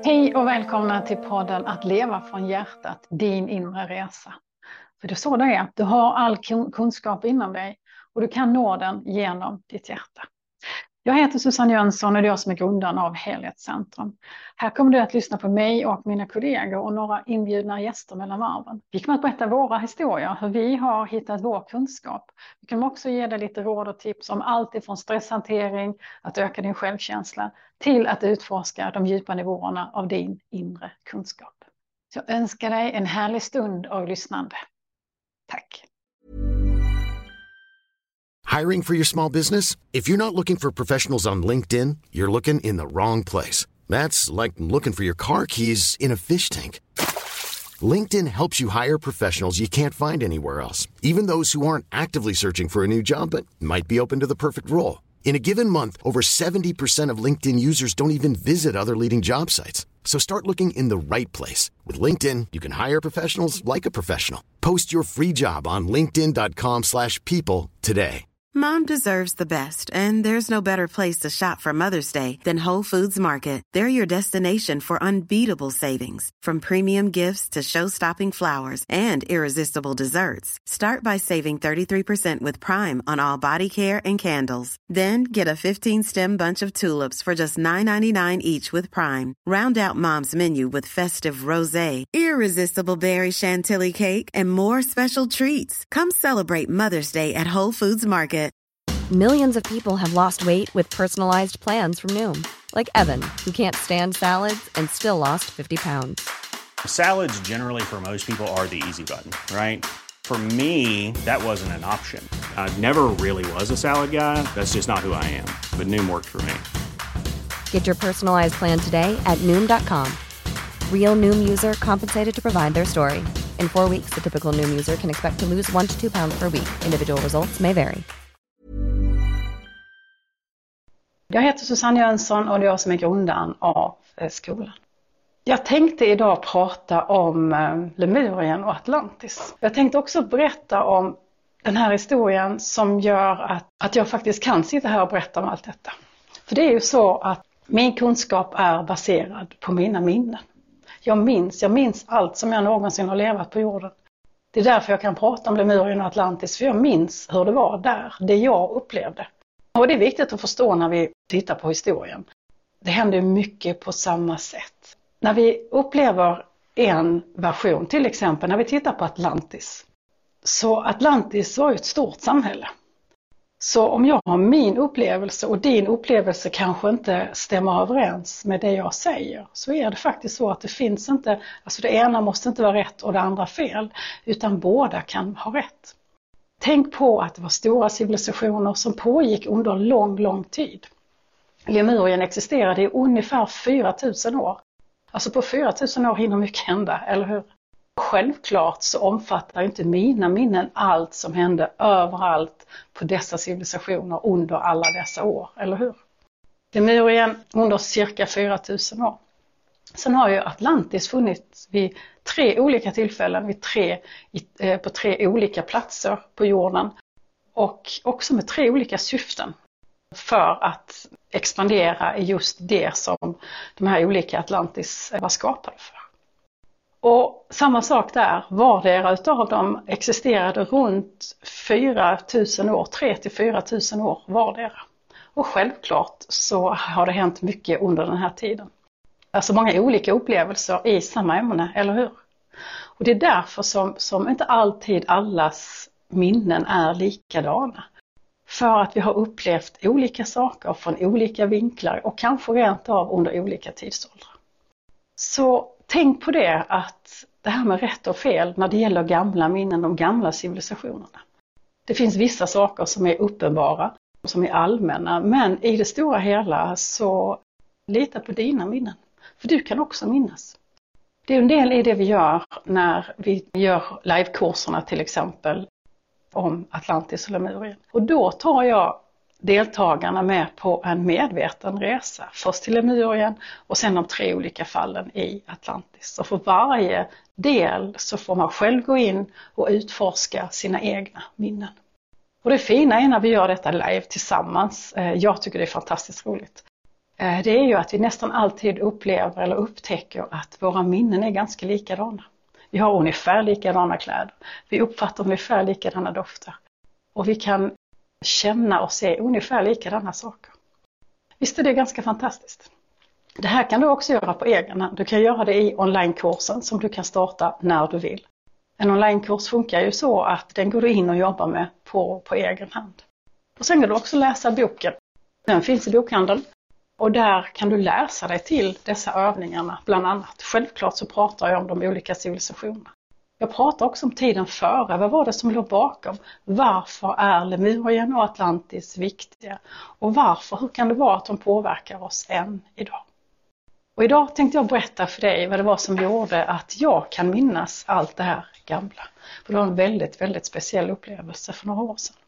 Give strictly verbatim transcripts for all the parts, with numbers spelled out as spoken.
Hej och välkomna till podden Att leva från hjärtat, din inre resa. För det är så det är, du har all kunskap inom dig och du kan nå den genom ditt hjärta. Jag heter Susanne Jönsson och det är jag som är grundaren av Helhetscentrum. Här kommer du att lyssna på mig och mina kollegor och några inbjudna gäster mellan varven. Vi kommer att berätta våra historier, hur vi har hittat vår kunskap. Vi kommer också ge dig lite råd och tips om allt ifrån stresshantering, att öka din självkänsla, till att utforska de djupa nivåerna av din inre kunskap. Så jag önskar dig en härlig stund av lyssnande. Tack! Hiring for your small business? If you're not looking for professionals on LinkedIn, you're looking in the wrong place. That's like looking for your car keys in a fish tank. LinkedIn helps you hire professionals you can't find anywhere else, even those who aren't actively searching for a new job but might be open to the perfect role. In a given month, over seventy percent of LinkedIn users don't even visit other leading job sites. So start looking in the right place. With LinkedIn, you can hire professionals like a professional. Post your free job on linkedin dot com slash people today. Mom deserves the best, and there's no better place to shop for Mother's Day than Whole Foods Market. They're your destination for unbeatable savings, from premium gifts to show-stopping flowers and irresistible desserts. Start by saving thirty-three percent with Prime on all body care and candles. Then get a fifteen-stem bunch of tulips for just nine ninety-nine each with Prime. Round out Mom's menu with festive rosé, irresistible berry chantilly cake, and more special treats. Come celebrate Mother's Day at Whole Foods Market. Millions of people have lost weight with personalized plans from Noom. Like Evan, who can't stand salads and still lost fifty pounds. Salads generally for most people are the easy button, right? For me, that wasn't an option. I never really was a salad guy. That's just not who I am. But Noom worked for me. Get your personalized plan today at Noom dot com. Real Noom user compensated to provide their story. In four weeks, the typical Noom user can expect to lose one to two pounds per week. Individual results may vary. Jag heter Susanne Jönsson och det är jag som är grundaren av skolan. Jag tänkte idag prata om Lemurien och Atlantis. Jag tänkte också berätta om den här historien som gör att, att jag faktiskt kan sitta här och berätta om allt detta. För det är ju så att min kunskap är baserad på mina minnen. Jag minns, jag minns allt som jag någonsin har levat på jorden. Det är därför jag kan prata om Lemurien och Atlantis, för jag minns hur det var där, det jag upplevde. Och det är viktigt att förstå när vi tittar på historien. Det händer mycket på samma sätt. När vi upplever en version, till exempel när vi tittar på Atlantis. Så Atlantis var ju ett stort samhälle. Så om jag har min upplevelse och din upplevelse kanske inte stämmer överens med det jag säger, så är det faktiskt så att det finns inte, alltså det ena måste inte vara rätt och det andra fel, utan båda kan ha rätt. Tänk på att det var stora civilisationer som pågick under lång, lång tid. Lemurien existerade i ungefär fyra tusen år. Alltså på fyra tusen år hinner mycket hända, eller hur? Självklart så omfattar inte mina minnen allt som hände överallt på dessa civilisationer under alla dessa år, eller hur? Lemurien under cirka fyra tusen år. Sen har ju Atlantis funnits vid tre olika tillfällen, vid tre, på tre olika platser på jorden. Och också med tre olika syften för att expandera i just det som de här olika Atlantis var skapade för. Och samma sak där, vardera utav dem existerade runt fyra tusen år, tre till fyra tusen år vardera. Och självklart så har det hänt mycket under den här tiden. Alltså många olika upplevelser i samma ämne, eller hur? Och det är därför som, som inte alltid allas minnen är likadana. För att vi har upplevt olika saker från olika vinklar och kanske rent av under olika tidsåldrar. Så tänk på det, att det här med rätt och fel när det gäller gamla minnen, de gamla civilisationerna. Det finns vissa saker som är uppenbara, som är allmänna, men i det stora hela så lita på dina minnen. För du kan också minnas. Det är en del i det vi gör när vi gör livekurserna till exempel om Atlantis och Lemurien. Och då tar jag deltagarna med på en medveten resa. Först till Lemurien och sen de tre olika fallen i Atlantis. Och för varje del så får man själv gå in och utforska sina egna minnen. Och det fina är när vi gör detta live tillsammans. Jag tycker det är fantastiskt roligt. det är ju att vi nästan alltid upplever eller upptäcker att våra minnen är ganska likadana. Vi har ungefär likadana kläder. Vi uppfattar ungefär likadana dofter. Och vi kan känna och se ungefär likadana saker. Visst är det ganska fantastiskt. Det här kan du också göra på egen hand. Du kan göra det i onlinekursen som du kan starta när du vill. En onlinekurs funkar ju så att den går du in och jobbar med på, på egen hand. Och sen kan du också läsa boken. Den finns i bokhandeln. Och där kan du läsa dig till dessa övningarna bland annat. Självklart så pratar jag om de olika civilisationerna. Jag pratar också om tiden före. Vad var det som låg bakom? Varför är Lemurien och Atlantis viktiga? Och varför, hur kan det vara att de påverkar oss än idag? Och idag tänkte jag berätta för dig vad det var som gjorde att jag kan minnas allt det här gamla. För det var en väldigt, väldigt speciell upplevelse för några år sedan.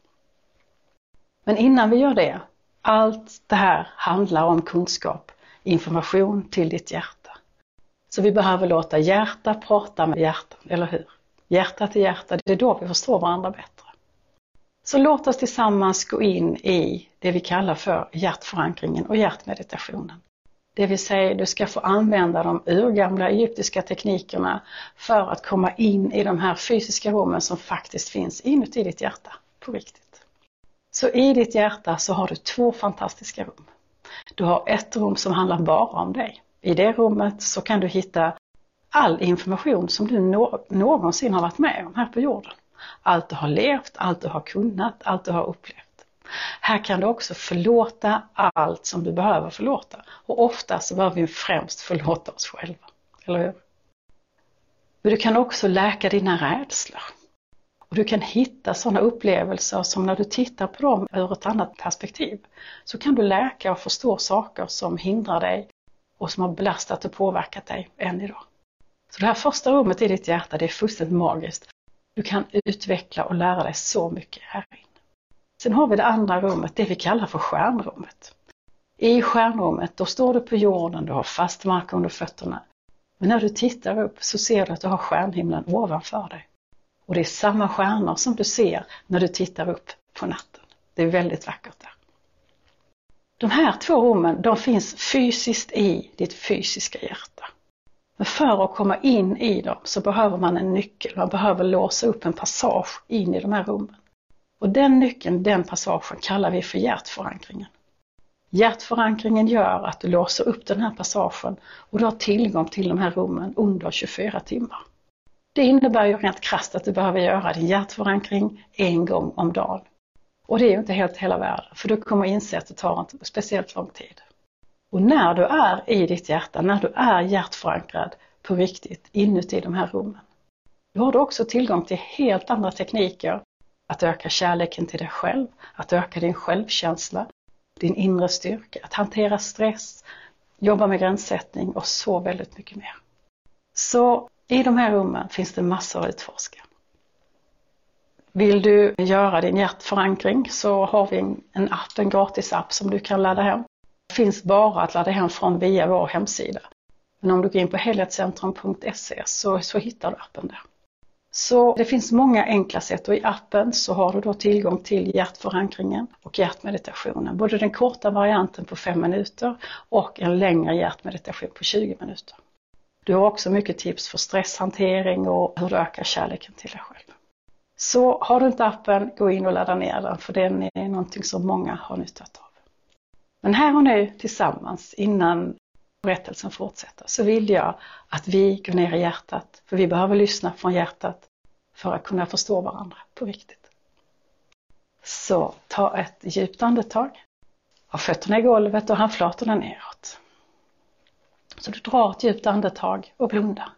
Men innan vi gör det, allt det här handlar om kunskap, information till ditt hjärta. Så vi behöver låta hjärta prata med hjärtan, eller hur? Hjärta till hjärta, det är då vi förstår varandra bättre. Så låt oss tillsammans gå in i det vi kallar för hjärtförankringen och hjärtmeditationen. Det vill säga, du ska få använda de urgamla egyptiska teknikerna för att komma in i de här fysiska rummen som faktiskt finns inuti ditt hjärta på riktigt. Så i ditt hjärta så har du två fantastiska rum. Du har ett rum som handlar bara om dig. I det rummet så kan du hitta all information som du nå- någonsin har varit med om här på jorden. Allt du har levt, allt du har kunnat, allt du har upplevt. Här kan du också förlåta allt som du behöver förlåta. Och ofta så behöver vi främst förlåta oss själva. Eller hur? Men du kan också läka dina rädslor. Och du kan hitta sådana upplevelser som när du tittar på dem ur ett annat perspektiv. Så kan du läka och förstå saker som hindrar dig och som har belastat och påverkat dig än idag. Så det här första rummet i ditt hjärta, det är fullständigt magiskt. Du kan utveckla och lära dig så mycket här inne. Sen har vi det andra rummet, det vi kallar för stjärnrummet. I stjärnrummet, då står du på jorden, du har fast mark under fötterna. Men när du tittar upp så ser du att du har stjärnhimlen ovanför dig. Och det är samma stjärnor som du ser när du tittar upp på natten. Det är väldigt vackert där. De här två rummen, de finns fysiskt i ditt fysiska hjärta. Men för att komma in i dem så behöver man en nyckel. Man behöver låsa upp en passage in i de här rummen. Och den nyckeln, den passagen kallar vi för hjärtförankringen. Hjärtförankringen gör att du låser upp den här passagen och du har tillgång till de här rummen under tjugofyra timmar. Det innebär ju rent krasst att du behöver göra din hjärtförankring en gång om dagen. Och det är ju inte helt hela världen, för du kommer inse att det tar inte speciellt lång tid. Och när du är i ditt hjärta, när du är hjärtförankrad på riktigt inuti de här rummen, då har du också tillgång till helt andra tekniker. Att öka kärleken till dig själv, att öka din självkänsla, din inre styrka, att hantera stress, jobba med gränssättning och så väldigt mycket mer. Så i de här rummen finns det massor att utforska. Vill du göra din hjärtförankring så har vi en app, en gratis app som du kan ladda hem. Det finns bara att ladda hem från via vår hemsida. Men om du går in på helhetscentrum punkt se så, så hittar du appen där. Så det finns många enkla sätt och i appen så har du då tillgång till hjärtförankringen och hjärtmeditationen. Både den korta varianten på fem minuter och en längre hjärtmeditation på tjugo minuter. Du har också mycket tips för stresshantering och hur du ökar kärleken till dig själv. Så har du inte appen, gå in och ladda ner den för den är någonting som många har nytta av. Men här och nu tillsammans innan berättelsen fortsätter så vill jag att vi går ner i hjärtat. För vi behöver lyssna från hjärtat för att kunna förstå varandra på riktigt. Så ta ett djupt andetag. Ha fötterna i golvet och handflatorna neråt. Så du drar ett djupt andetag och blundar.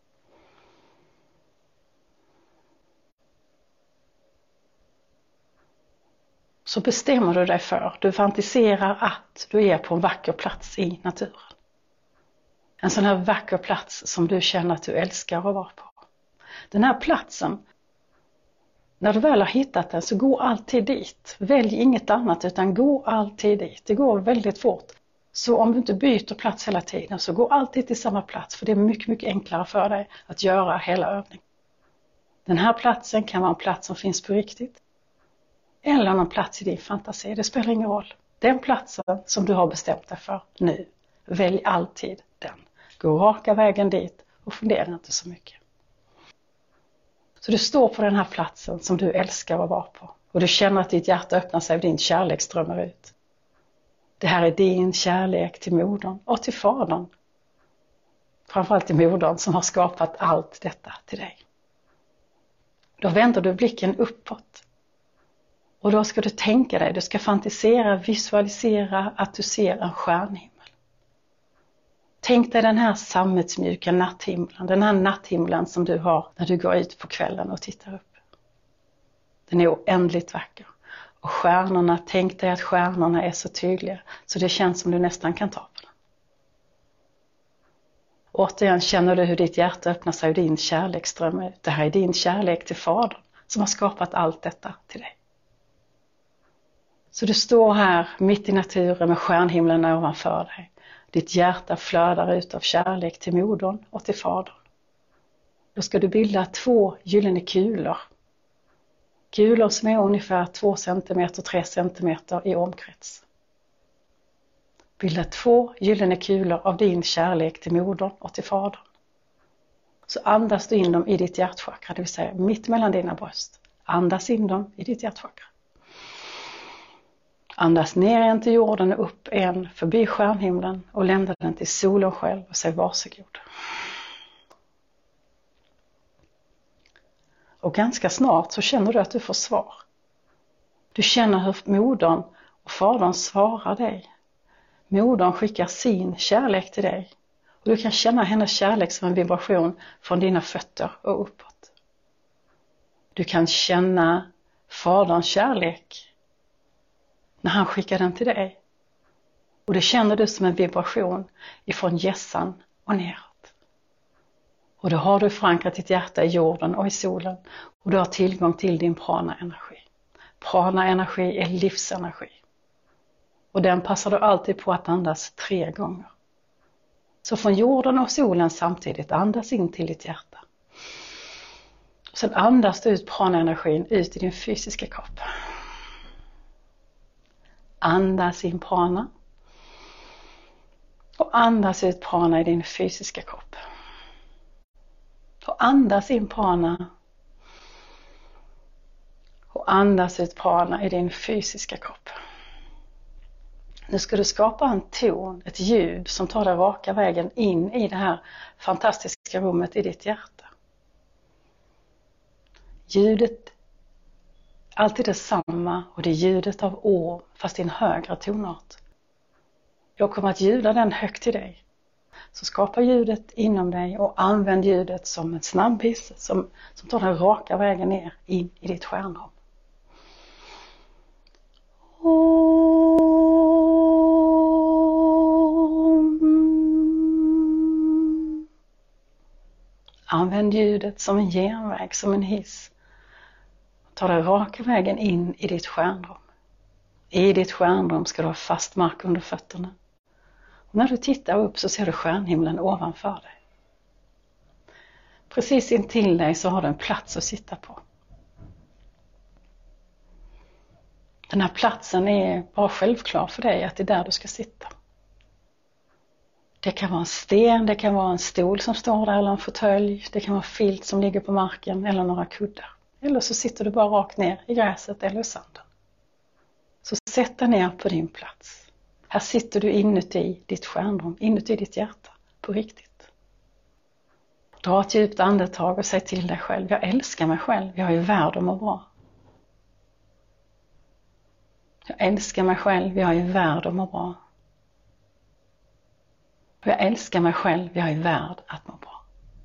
Så bestämmer du dig för, du fantiserar att du är på en vacker plats i naturen. En sån här vacker plats som du känner att du älskar att vara på. Den här platsen, när du väl har hittat den så gå alltid dit. Välj inget annat utan gå alltid dit. Det går väldigt fort. Så om du inte byter plats hela tiden så gå alltid till samma plats. För det är mycket, mycket enklare för dig att göra hela övningen. Den här platsen kan vara en plats som finns på riktigt. Eller någon plats i din fantasi. Det spelar ingen roll. Den platsen som du har bestämt dig för nu, välj alltid den. Gå raka vägen dit och fundera inte så mycket. Så du står på den här platsen som du älskar att vara på. Och du känner att ditt hjärta öppnar sig och din kärlek strömmar ut. Det här är din kärlek till modern och till fadern. Framförallt till modern som har skapat allt detta till dig. Då vänder du blicken uppåt. Och då ska du tänka dig, du ska fantisera, visualisera att du ser en stjärnhimmel. Tänk dig den här sammetsmjuka natthimlen, den här natthimlen som du har när du går ut på kvällen och tittar upp. Den är oändligt vacker. Och stjärnorna, tänk dig att stjärnorna är så tydliga så det känns som du nästan kan ta på dem. Återigen känner du hur ditt hjärta öppnar sig och din kärlek strömmar ut. Det här är din kärlek till fadern som har skapat allt detta till dig. Så du står här mitt i naturen med stjärnhimlen ovanför dig. Ditt hjärta flödar ut av kärlek till modern och till fadern. Då ska du bilda två gyllene kulor. Kulor som är ungefär två centimeter, tre centimeter i omkrets. Bilda två gyllene kulor av din kärlek till modern och till fadern. Så andas du in dem i ditt hjärtchakra, det vill säga mitt mellan dina bröst. Andas in dem i ditt hjärtchakra. Andas ner en till jorden och upp en förbi stjärnhimlen och lämna den till solen själv och säg varsågod. Och ganska snart så känner du att du får svar. Du känner hur modern och fadern svarar dig. Modern skickar sin kärlek till dig. Och du kan känna hennes kärlek som en vibration från dina fötter och uppåt. Du kan känna faderns kärlek när han skickar den till dig. Och det känner du som en vibration ifrån hjässan och neråt. Och då har du förankrat ditt hjärta i jorden och i solen. Och du har tillgång till din prana-energi. Prana-energi är livsenergi. Och den passar du alltid på att andas tre gånger. Så från jorden och solen samtidigt andas in till ditt hjärta. Och sen andas du ut prana-energin ut i din fysiska kropp. Andas in prana. Och andas ut prana i din fysiska kropp. Och andas in prana. Och andas ut prana i din fysiska kropp. Nu ska du skapa en ton, ett ljud som tar dig raka vägen in i det här fantastiska rummet i ditt hjärta. Ljudet är alltid detsamma och det är ljudet av å fast i en högre tonart. Jag kommer att ljuda den högt till dig. Så skapa ljudet inom dig och använd ljudet som en snabbhiss som, som tar den raka vägen ner in i ditt stjärnrum. Använd ljudet som en genväg, som en hiss. Ta den raka vägen in i ditt stjärnrum. I ditt stjärnrum ska du ha fast mark under fötterna. Och när du tittar upp så ser du stjärnhimlen ovanför dig. Precis intill dig så har du en plats att sitta på. Den här platsen är bara självklar för dig att det är där du ska sitta. Det kan vara en sten, det kan vara en stol som står där eller en fåtölj. Det kan vara en filt som ligger på marken eller några kuddar. Eller så sitter du bara rakt ner i gräset eller i sanden. Så sätt dig ner på din plats. Här sitter du inuti ditt stjärnrum, inuti ditt hjärta, på riktigt. Dra ett djupt andetag och säg till dig själv, jag älskar mig själv, jag är värd att må bra. Jag älskar mig själv, jag är värd att må bra. Och jag älskar mig själv, jag är värd att må bra.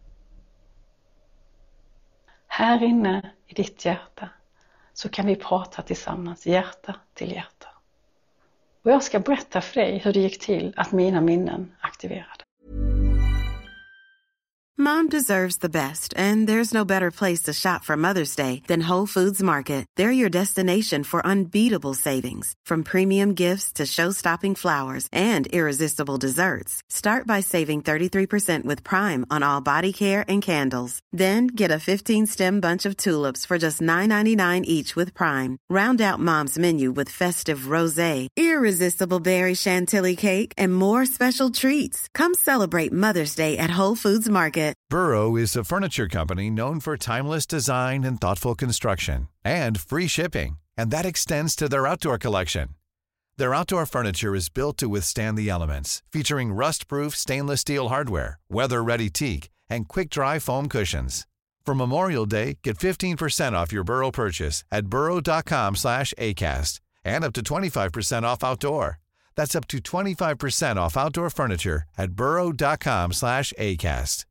Här inne i ditt hjärta så kan vi prata tillsammans, hjärta till hjärta. Och jag ska berätta för dig hur det gick till att mina minnen aktiverade. Mom deserves the best, and there's no better place to shop for Mother's Day than Whole Foods Market. They're your destination for unbeatable savings, from premium gifts to show-stopping flowers and irresistible desserts. Start by saving thirty-three percent with Prime on all body care and candles. Then get a fifteen-stem bunch of tulips for just nine ninety-nine each with Prime. Round out Mom's menu with festive rosé, irresistible berry chantilly cake, and more special treats. Come celebrate Mother's Day at Whole Foods Market. Burrow is a furniture company known for timeless design and thoughtful construction, and free shipping, and that extends to their outdoor collection. Their outdoor furniture is built to withstand the elements, featuring rust-proof stainless steel hardware, weather-ready teak, and quick-dry foam cushions. For Memorial Day, get fifteen percent off your Burrow purchase at burrow.com slash ACAST and up to twenty-five percent off outdoor. That's up to twenty-five percent off outdoor furniture at burrow.com slash ACAST.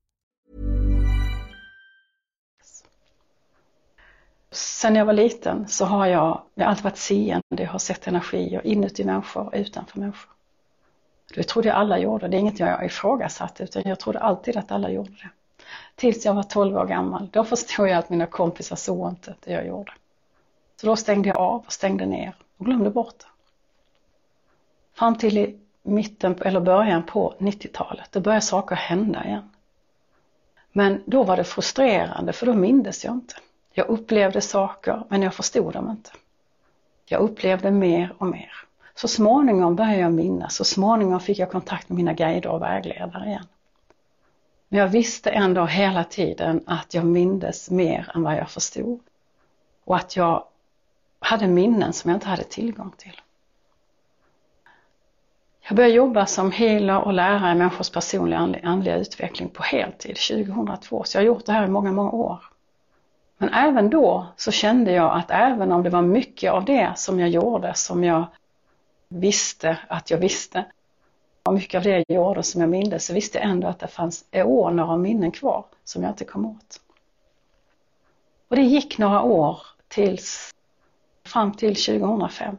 Sen jag var liten så har jag, jag har alltid varit seende. Jag har sett energier inuti människor och utanför människor. Det trodde jag alla gjorde. Det är inget jag ifrågasatt, utan jag trodde alltid att alla gjorde det. Tills jag var tolv år gammal. Då förstod jag att mina kompisar såg inte det jag gjorde. Så då stängde jag av och stängde ner och glömde bort det. Fram till i mitten eller början på nittiotalet. Då började saker hända igen. Men då var det frustrerande, för då mindes jag inte. Jag upplevde saker, men jag förstod dem inte. Jag upplevde mer och mer. Så småningom började jag minnas. Så småningom fick jag kontakt med mina guider och vägledare igen. Men jag visste ändå hela tiden att jag mindes mer än vad jag förstod. Och att jag hade minnen som jag inte hade tillgång till. Jag började jobba som healer och lärare i människors personliga andliga utveckling på heltid tjugohundratvå. Så jag har gjort det här i många, många år. Men även då så kände jag att även om det var mycket av det som jag gjorde som jag visste att jag visste, och mycket av det jag gjorde som jag mindes, så visste jag ändå att det fanns eoner av minnen kvar som jag inte kom åt. Och det gick några år tills, fram till tjugohundrafem.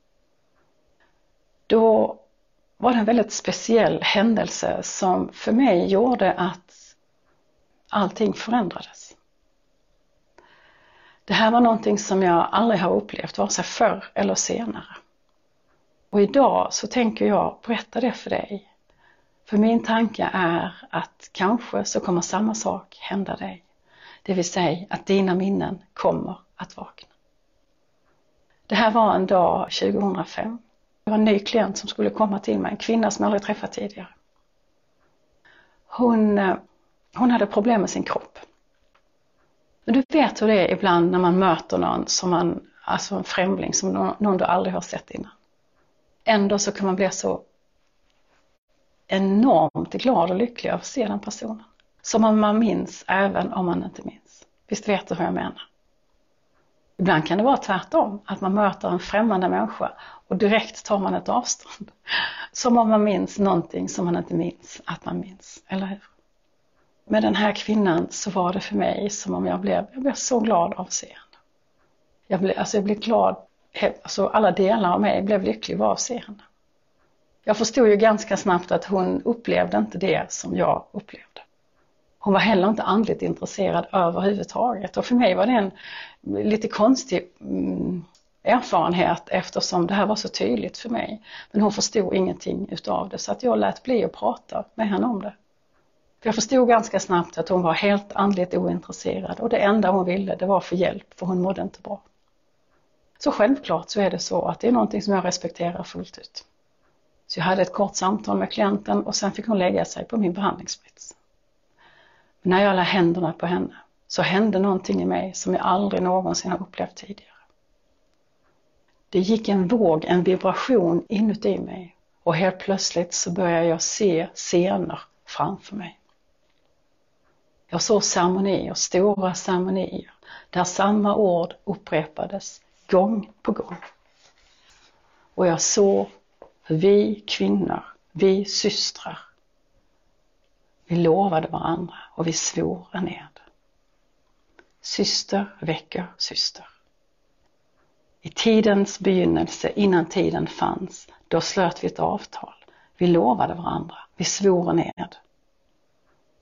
Då var det en väldigt speciell händelse som för mig gjorde att allting förändrades. Det här var någonting som jag aldrig har upplevt, vare sig förr eller senare. Och idag så tänker jag berätta det för dig. För min tanke är att kanske så kommer samma sak hända dig. Det vill säga att dina minnen kommer att vakna. Det här var en dag tjugohundrafem. Det var en ny klient som skulle komma till mig, en kvinna som jag aldrig träffat tidigare. Hon, hon hade problem med sin kropp. Men du vet hur det är ibland när man möter någon som man, alltså en främling som någon, någon du aldrig har sett innan. Ändå så kan man bli så enormt glad och lycklig av att se den personen. Som om man minns även om man inte minns. Visst vet du hur jag menar? Ibland kan det vara tvärtom, att man möter en främmande människa och direkt tar man ett avstånd. Som om man minns någonting som man inte minns att man minns, eller hur? Med den här kvinnan så var det för mig som om jag blev, jag blev så glad av att se henne. Jag blev, alltså jag blev glad, alltså alla delar av mig blev lycklig av att se henne. Jag förstod ju ganska snabbt att hon upplevde inte det som jag upplevde. Hon var heller inte andligt intresserad överhuvudtaget. Och för mig var det en lite konstig mm, erfarenhet eftersom det här var så tydligt för mig. Men hon förstod ingenting utav det, så att jag lät bli att prata med henne om det. För jag förstod ganska snabbt att hon var helt andligt ointresserad. Och det enda hon ville, det var för hjälp, för hon mådde inte bra. Så självklart så är det så att det är någonting som jag respekterar fullt ut. Så jag hade ett kort samtal med klienten och sen fick hon lägga sig på min behandlingsplats. Men när jag la händerna på henne så hände någonting i mig som jag aldrig någonsin har upplevt tidigare. Det gick en våg, en vibration inuti mig och helt plötsligt så började jag se scener framför mig. Jag såg ceremonier, stora ceremonier, där samma ord upprepades gång på gång. Och jag såg hur vi kvinnor, vi systrar, vi lovade varandra och vi svor en ed. Syster väcker syster. I tidens begynnelse, innan tiden fanns, då slöt vi ett avtal. Vi lovade varandra, vi svor en ed.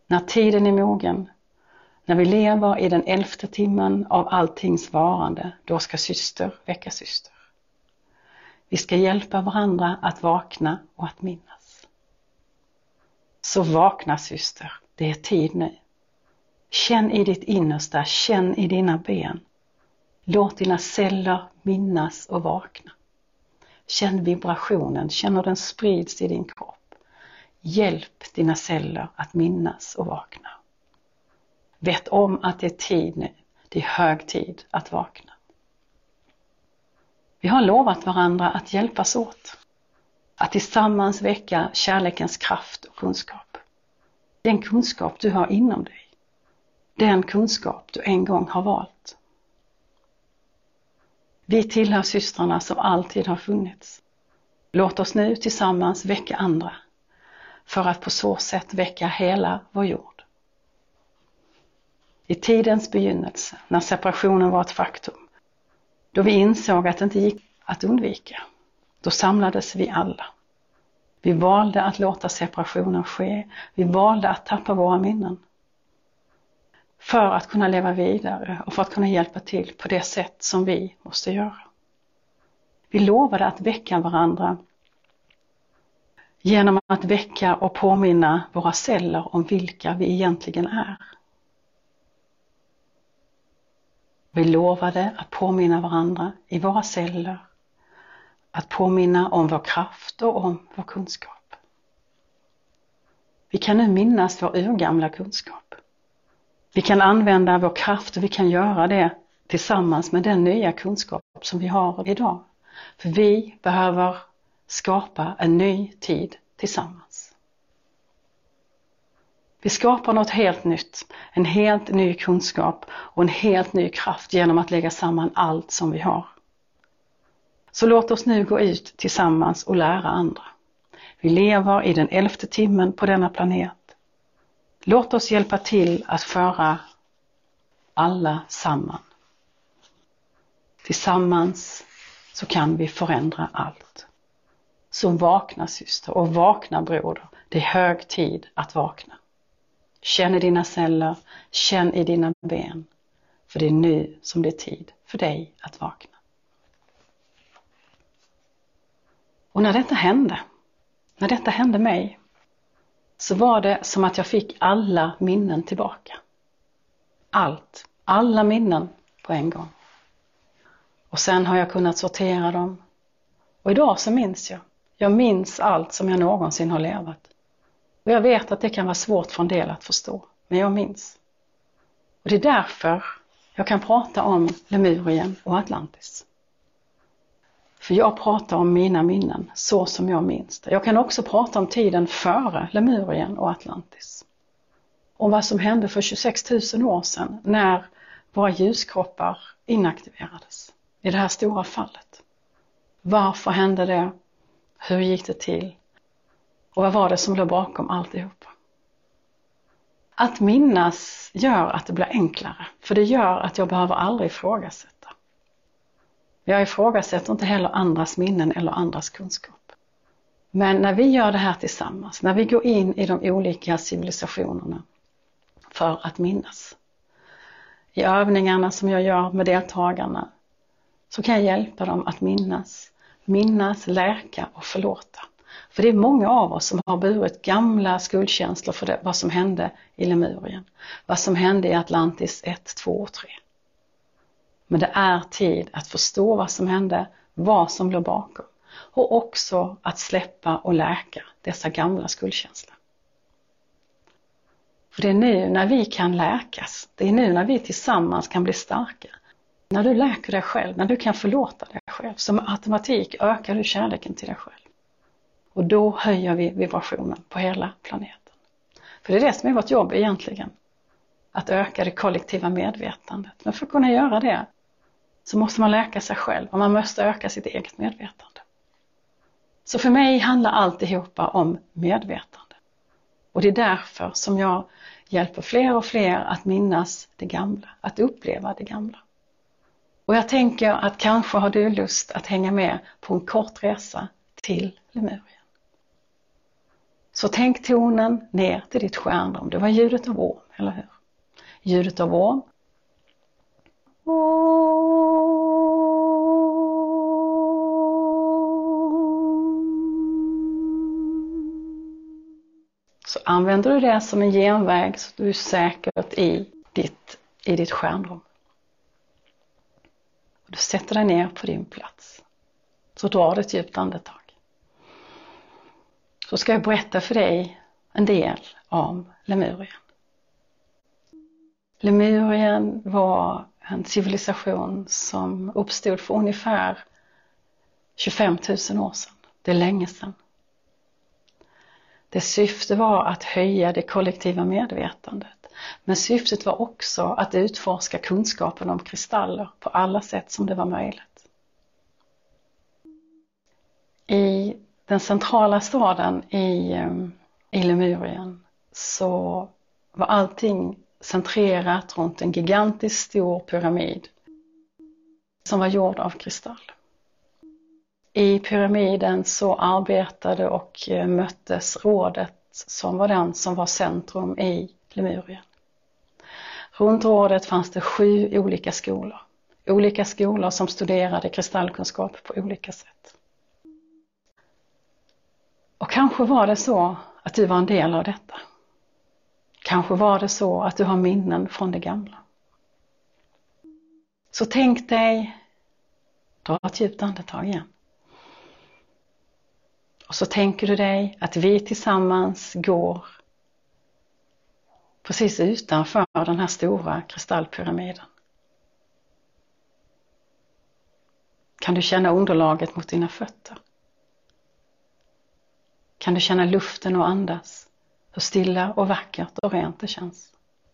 När tiden är mogen, när vi lever i den elfte timmen av alltings varande, då ska syster väcka syster. Vi ska hjälpa varandra att vakna och att minnas. Så vakna syster, det är tid nu. Känn i ditt innersta, känn i dina ben. Låt dina celler minnas och vakna. Känn vibrationen, känn hur den sprids i din kropp. Hjälp dina celler att minnas och vakna. Vet om att det är tid nu, det är hög tid att vakna. Vi har lovat varandra att hjälpas åt. Att tillsammans väcka kärlekens kraft och kunskap. Den kunskap du har inom dig. Den kunskap du en gång har valt. Vi tillhör systrarna som alltid har funnits. Låt oss nu tillsammans väcka andra. För att på så sätt väcka hela vår jord. I tidens begynnelse, när separationen var ett faktum. Då vi insåg att det inte gick att undvika. Då samlades vi alla. Vi valde att låta separationen ske. Vi valde att tappa våra minnen. För att kunna leva vidare och för att kunna hjälpa till på det sätt som vi måste göra. Vi lovade att väcka varandra genom att väcka och påminna våra celler om vilka vi egentligen är. Vi lovade att påminna varandra i våra celler, att påminna om vår kraft och om vår kunskap. Vi kan nu minnas vår urgamla kunskap. Vi kan använda vår kraft och vi kan göra det tillsammans med den nya kunskap som vi har idag. För vi behöver skapa en ny tid tillsammans. Vi skapar något helt nytt, en helt ny kunskap och en helt ny kraft genom att lägga samman allt som vi har. Så låt oss nu gå ut tillsammans och lära andra. Vi lever i den elfte timmen på denna planet. Låt oss hjälpa till att föra alla samman. Tillsammans så kan vi förändra allt. Så vakna syster och vakna broder. Det är hög tid att vakna. Känn i dina celler, känn i dina ben. För det är nu som det är tid för dig att vakna. Och när detta hände, när detta hände mig, så var det som att jag fick alla minnen tillbaka. Allt, alla minnen på en gång. Och sen har jag kunnat sortera dem. Och idag så minns jag. Jag minns allt som jag någonsin har levat. Och jag vet att det kan vara svårt för en del att förstå. Men jag minns. Och det är därför jag kan prata om Lemurien och Atlantis. För jag pratar om mina minnen så som jag minns det. Jag kan också prata om tiden före Lemurien och Atlantis. Om vad som hände för tjugosex tusen år sedan när våra ljuskroppar inaktiverades i det här stora fallet. Varför hände det? Hur gick det till? Och vad var det som låg bakom alltihopa? Att minnas gör att det blir enklare. För det gör att jag behöver aldrig ifrågasätta. Jag ifrågasätter inte heller andras minnen eller andras kunskap. Men när vi gör det här tillsammans, när vi går in i de olika civilisationerna för att minnas. I övningarna som jag gör med deltagarna så kan jag hjälpa dem att minnas. Minnas, läka och förlåta. För det är många av oss som har burit gamla skuldkänslor för det, vad som hände i Lemurien. Vad som hände i Atlantis ett, två och tre. Men det är tid att förstå vad som hände, vad som låg bakom. Och också att släppa och läka dessa gamla skuldkänslor. För det är nu när vi kan läkas. Det är nu när vi tillsammans kan bli starka. När du läker dig själv, när du kan förlåta dig själv. Som automatik ökar du kärleken till dig själv. Och då höjer vi vibrationen på hela planeten. För det är det som är vårt jobb egentligen. Att öka det kollektiva medvetandet. Men för att kunna göra det så måste man läka sig själv. Och man måste öka sitt eget medvetande. Så för mig handlar alltihopa om medvetande. Och det är därför som jag hjälper fler och fler att minnas det gamla. Att uppleva det gamla. Och jag tänker att kanske har du lust att hänga med på en kort resa till Lemurien. Så tänk tonen ner till ditt stjärnrum. Det var ljudet av orm, eller hur? Ljudet av orm. Så använder du det som en genväg så du är säkert i ditt, i ditt stjärnrum. Och du sätter dig ner på din plats. Så drar du ett djupt andetag. Så ska jag berätta för dig en del om Lemurien. Lemurien var en civilisation som uppstod för ungefär tjugofem tusen år sedan. Det är länge sedan. Det syfte var att höja det kollektiva medvetandet. Men syftet var också att utforska kunskapen om kristaller på alla sätt som det var möjligt. I den centrala staden i, i Lemurien så var allting centrerat runt en gigantisk stor pyramid som var gjord av kristall. I pyramiden så arbetade och möttes rådet som var den som var centrum i Lemurien. Runt rådet fanns det sju olika skolor. Olika skolor som studerade kristallkunskap på olika sätt. Och kanske var det så att du var en del av detta. Kanske var det så att du har minnen från det gamla. Så tänk dig, dra ett djupt andetag igen. Och så tänker du dig att vi tillsammans går precis utanför den här stora kristallpyramiden. Kan du känna underlaget mot dina fötter? Kan du känna luften och andas? Hur stilla och vackert och rent det känns.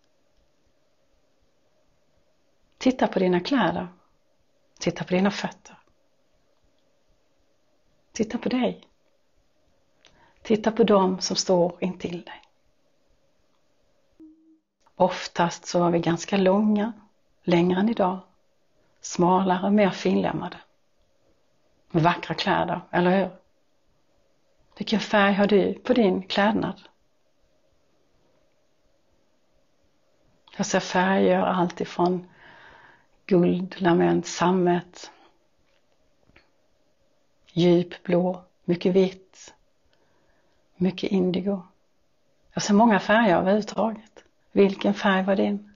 Titta på dina kläder. Titta på dina fötter. Titta på dig. Titta på dem som står intill dig. Oftast så var vi ganska långa, längre än idag. Smalare, mer finlämmade. Med vackra kläder, eller hur? Vilken färg har du på din klädnad? Jag ser färger allt ifrån guld, lament, sammet, djupblå, mycket vitt, mycket indigo. Jag ser många färger överhuvudtaget. Vilken färg var din?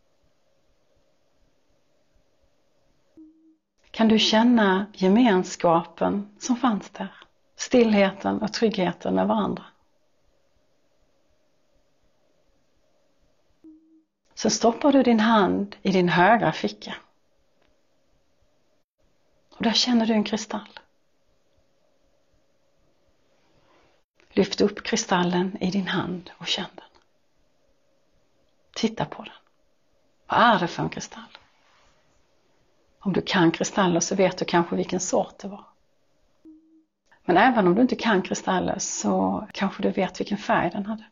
Kan du känna gemenskapen som fanns där? Stillheten och tryggheten med varandra. Sen stoppar du din hand i din högra ficka. Och där känner du en kristall. Lyft upp kristallen i din hand och känn den. Titta på den. Vad är det för en kristall? Om du kan kristaller så vet du kanske vilken sort det var. Men även om du inte kan kristaller så kanske du vet vilken färg den hade.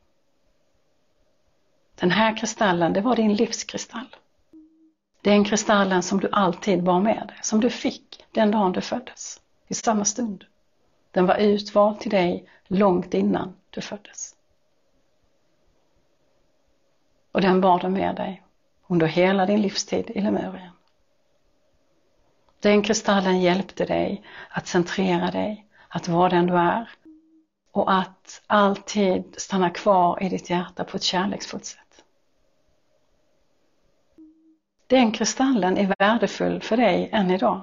Den här kristallen, det var din livskristall. Den kristallen som du alltid bar med dig, som du fick den dagen du föddes, i samma stund. Den var utvald till dig långt innan du föddes. Och den bar du med dig under hela din livstid i Lemurien. Den kristallen hjälpte dig att centrera dig, att vara den du är och att alltid stanna kvar i ditt hjärta på ett kärleksfullt sätt. Den kristallen är värdefull för dig än idag.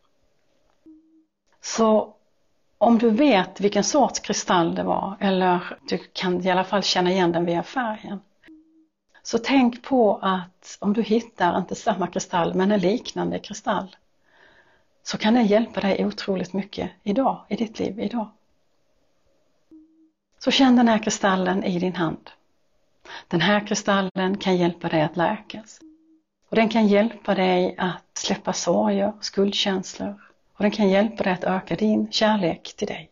Så om du vet vilken sorts kristall det var, eller du kan i alla fall känna igen den via färgen, så tänk på att om du hittar inte samma kristall men en liknande kristall, så kan den hjälpa dig otroligt mycket idag, i ditt liv idag. Så känn den här kristallen i din hand. Den här kristallen kan hjälpa dig att läkas. Och den kan hjälpa dig att släppa sorger, skuldkänslor. Och den kan hjälpa dig att öka din kärlek till dig.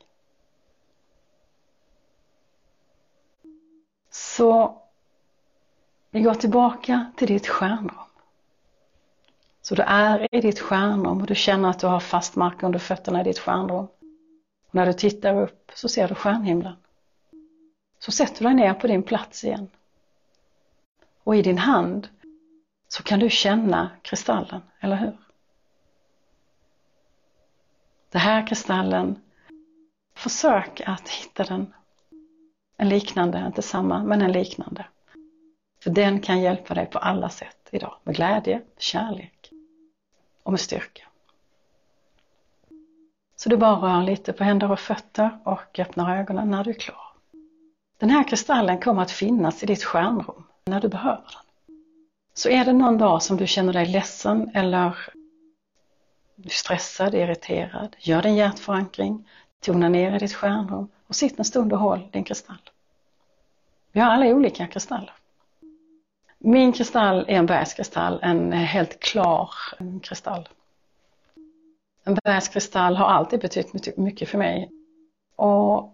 Så vi går tillbaka till ditt stjärnrum. Så du är i ditt stjärnrum och du känner att du har fast mark under fötterna i ditt stjärnrum. Och när du tittar upp så ser du stjärnhimlen. så sätter du dig ner på din plats igen. Och i din hand så kan du känna kristallen, eller hur? Det här kristallen, försök att hitta den. En liknande, inte samma, men en liknande. För den kan hjälpa dig på alla sätt idag. Med glädje, kärlek och med styrka. Så du bara rör lite på händer och fötter och öppnar ögonen när du är klar. Den här kristallen kommer att finnas i ditt stjärnrum när du behöver den. Så är det någon dag som du känner dig ledsen eller du är stressad, irriterad, gör din hjärtförankring, tona ner i ditt stjärnrum och sitt en stund och håll din kristall. Vi har alla olika kristaller. Min kristall är en bergskristall, en helt klar kristall. En bergskristall har alltid betytt mycket för mig. Och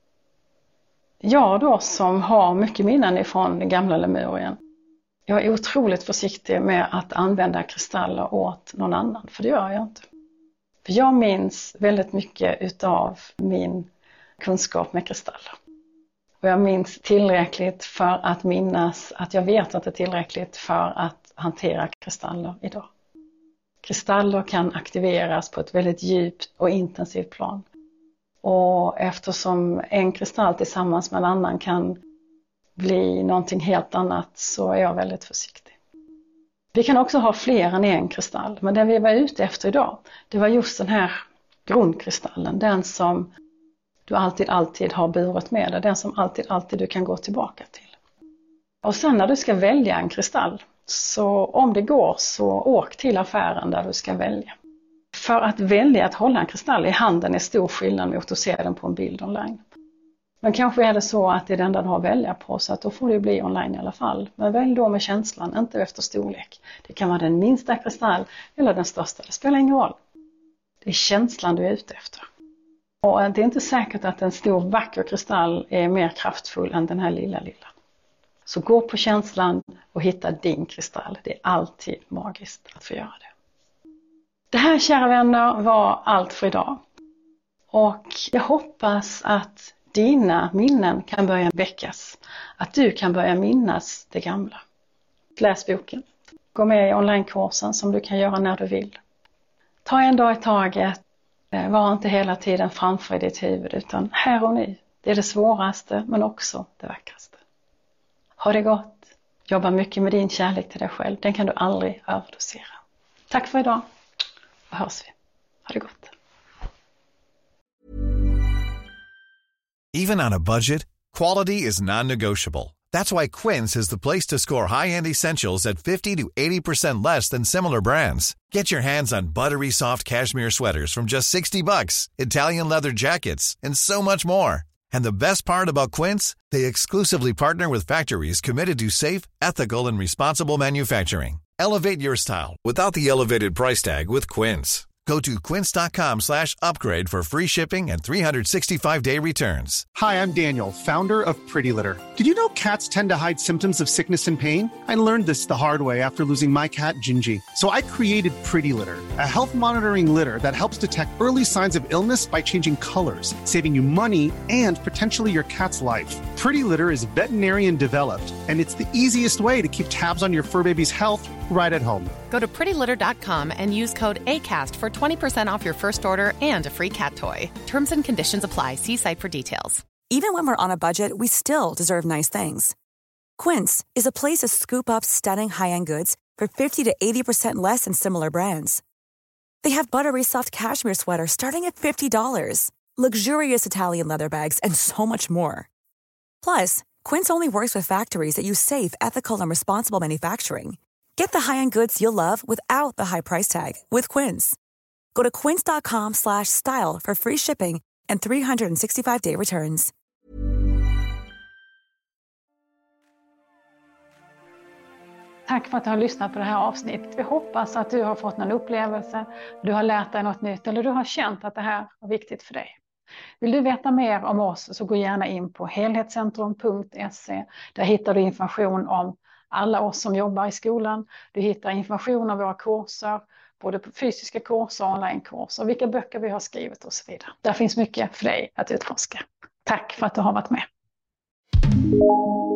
jag då som har mycket minnen ifrån den gamla Lemurien, jag är otroligt försiktig med att använda kristaller åt någon annan, för det gör jag inte. För jag minns väldigt mycket utav min kunskap med kristaller. Och jag minns tillräckligt för att minnas att jag vet inte tillräckligt för att hantera kristaller idag. Kristaller kan aktiveras på ett väldigt djupt och intensivt plan. Och eftersom en kristall tillsammans med en annan kan bli någonting helt annat så är jag väldigt försiktig. Vi kan också ha fler än en kristall, men den vi var ute efter idag, det var just den här grundkristallen, den som du alltid, alltid har burit med dig, den som alltid, alltid du kan gå tillbaka till. Och sen när du ska välja en kristall, så om det går så åk till affären där du ska välja. För att välja att hålla en kristall i handen är stor skillnad mot att se den på en bild online. Men kanske är det så att det är den där du har att välja på, så att då får det bli online i alla fall. Men välj då med känslan, inte efter storlek. Det kan vara den minsta kristall eller den största, det spelar ingen roll. Det är känslan du är ute efter. Och det är inte säkert att en stor vacker kristall är mer kraftfull än den här lilla lilla. Så gå på känslan och hitta din kristall. Det är alltid magiskt att få göra det. Det här, kära vänner, var allt för idag. Och jag hoppas att dina minnen kan börja väckas. Att du kan börja minnas det gamla. Läs boken. Gå med i onlinekursen som du kan göra när du vill. Ta en dag i taget. Var inte hela tiden framför i ditt huvud, utan här och nu. Det är det svåraste men också det vackraste. Ha det gott. Jobba mycket med din kärlek till dig själv. Den kan du aldrig överdosera. Tack för idag. Och hörs vi. Ha det gott. Even on a budget, quality is non-negotiable. That's why Quince is the place to score high-end essentials at fifty to eighty percent less than similar brands. Get your hands on buttery soft cashmere sweaters from just sixty bucks, Italian leather jackets, and so much more. And the best part about Quince, they exclusively partner with factories committed to safe, ethical, and responsible manufacturing. Elevate your style without the elevated price tag with Quince. Go to quince.com slash upgrade for free shipping and three sixty-five day returns. Hi, I'm Daniel, founder of Pretty Litter. Did you know cats tend to hide symptoms of sickness and pain? I learned this the hard way after losing my cat, Gingy. So I created Pretty Litter, a health monitoring litter that helps detect early signs of illness by changing colors, saving you money and potentially your cat's life. Pretty Litter is veterinarian developed, and it's the easiest way to keep tabs on your fur baby's health right at home. Go to pretty litter dot com and use code ACAST for twenty percent off your first order and a free cat toy. Terms and conditions apply. See site for details. Even when we're on a budget, we still deserve nice things. Quince is a place to scoop up stunning high-end goods for fifty to eighty percent less than similar brands. They have buttery soft cashmere sweaters starting at fifty dollars, luxurious Italian leather bags, and so much more. Plus, Quince only works with factories that use safe, ethical, and responsible manufacturing. Get the high-end goods you'll love without the high price tag with Quince. Go to quince.com slash style for free shipping and three sixty-five day returns. Tack för att du har lyssnat på det här avsnittet. Vi hoppas att du har fått någon upplevelse, du har lärt dig något nytt eller du har känt att det här är viktigt för dig. Vill du veta mer om oss så gå gärna in på helhetscentrum punkt se. Där hittar du information om alla oss som jobbar i skolan. Du hittar information om våra kurser, både fysiska kurser och onlinekurser, vilka böcker vi har skrivit och så vidare. Där finns mycket för dig att utforska. Tack för att du har varit med. Podden.